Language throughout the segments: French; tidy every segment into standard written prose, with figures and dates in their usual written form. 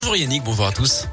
Bonjour Yannick, bonjour à tous.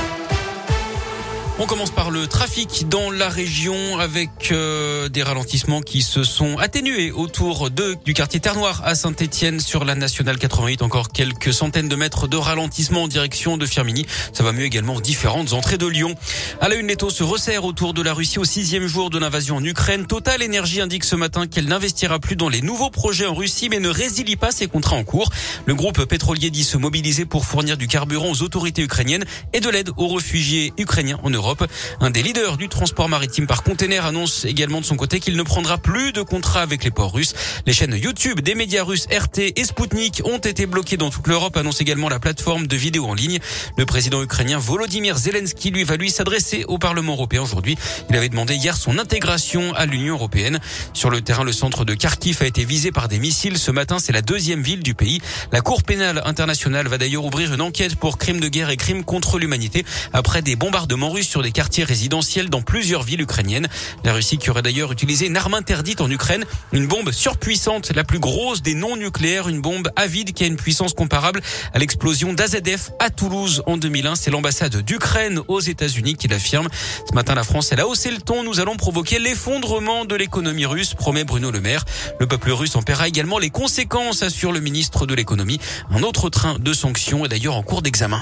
On commence par le trafic dans la région avec des ralentissements qui se sont atténués autour du quartier Terre-Noire à Saint-Étienne sur la nationale 88. Encore quelques centaines de mètres de ralentissement en direction de Firminy. Ça va mieux également aux différentes entrées de Lyon. À la une, les taux se resserrent autour de la Russie au 6e jour de l'invasion en Ukraine. Total Energy indique ce matin qu'elle n'investira plus dans les nouveaux projets en Russie mais ne résilie pas ses contrats en cours. Le groupe pétrolier dit se mobiliser pour fournir du carburant aux autorités ukrainiennes et de l'aide aux réfugiés ukrainiens en Europe. Un des leaders du transport maritime par container annonce également de son côté qu'il ne prendra plus de contrats avec les ports russes. Les chaînes YouTube des médias russes RT et Sputnik ont été bloquées dans toute l'Europe, annonce également la plateforme de vidéos en ligne. Le président ukrainien Volodymyr Zelensky va s'adresser au Parlement européen aujourd'hui. Il avait demandé hier son intégration à l'Union européenne. Sur le terrain, le centre de Kharkiv a été visé par des missiles. Ce matin, c'est la deuxième ville du pays. La Cour pénale internationale va d'ailleurs ouvrir une enquête pour crimes de guerre et crimes contre l'humanité après des bombardements russes sur des quartiers résidentiels dans plusieurs villes ukrainiennes. La Russie qui aurait d'ailleurs utilisé une arme interdite en Ukraine, une bombe surpuissante, la plus grosse des non-nucléaires, une bombe avide qui a une puissance comparable à l'explosion d'AZF à Toulouse en 2001. C'est l'ambassade d'Ukraine aux États-Unis qui l'affirme. Ce matin, la France, elle a haussé le ton. Nous allons provoquer l'effondrement de l'économie russe, promet Bruno Le Maire. Le peuple russe en paiera également les conséquences, assure le ministre de l'économie. Un autre train de sanctions est d'ailleurs en cours d'examen.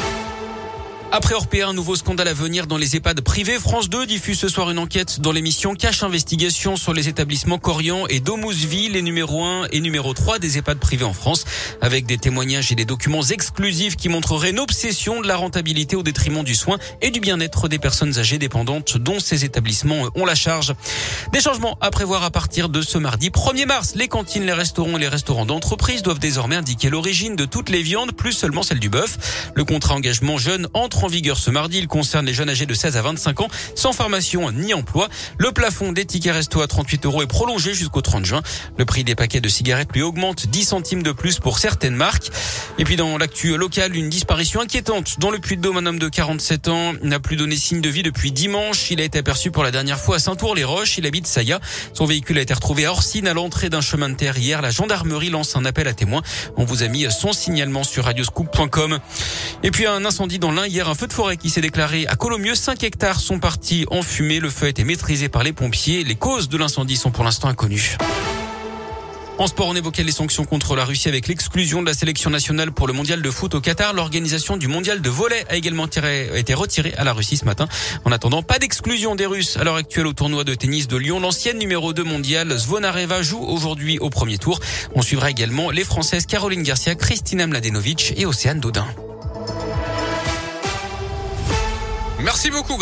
Après Orpea, un nouveau scandale à venir dans les EHPAD privés. France 2 diffuse ce soir une enquête dans l'émission Cache Investigation sur les établissements Corian et Domusvie, les numéro 1 et numéro 3 des EHPAD privés en France, avec des témoignages et des documents exclusifs qui montreraient une obsession de la rentabilité au détriment du soin et du bien-être des personnes âgées dépendantes dont ces établissements ont la charge. Des changements à prévoir à partir de ce mardi 1er mars. Les cantines, les restaurants et les restaurants d'entreprise doivent désormais indiquer l'origine de toutes les viandes, plus seulement celle du bœuf. Le contrat engagement jeune entre en vigueur ce mardi. Il concerne les jeunes âgés de 16 à 25 ans, sans formation ni emploi. Le plafond des tickets resto à 38 € est prolongé jusqu'au 30 juin. Le prix des paquets de cigarettes lui augmente 10 centimes de plus pour certaines marques. Et puis dans l'actu locale, une disparition inquiétante. Dans le Puy-de-Dôme, un homme de 47 ans n'a plus donné signe de vie depuis dimanche. Il a été aperçu pour la dernière fois à Saint-Ours-les-Roches. Il habite Saillat. Son véhicule a été retrouvé à Orsine à l'entrée d'un chemin de terre hier. La gendarmerie lance un appel à témoins. On vous a mis son signalement sur radioscoop.com. Et puis un incendie dans l'Ain hier, un feu de forêt qui s'est déclaré à Colomieux. 5 hectares sont partis en fumée. Le feu a été maîtrisé par les pompiers. Les causes de l'incendie sont pour l'instant inconnues. En sport, on évoquait les sanctions contre la Russie avec l'exclusion de la sélection nationale pour le mondial de foot au Qatar. L'organisation du mondial de volley a également été retirée à la Russie ce matin. En attendant, pas d'exclusion des Russes à l'heure actuelle au tournoi de tennis de Lyon. L'ancienne numéro 2 mondiale Zvonareva joue aujourd'hui au premier tour. On suivra également les Françaises Caroline Garcia, Kristina Mladenovic et Océane Dodin. Merci beaucoup.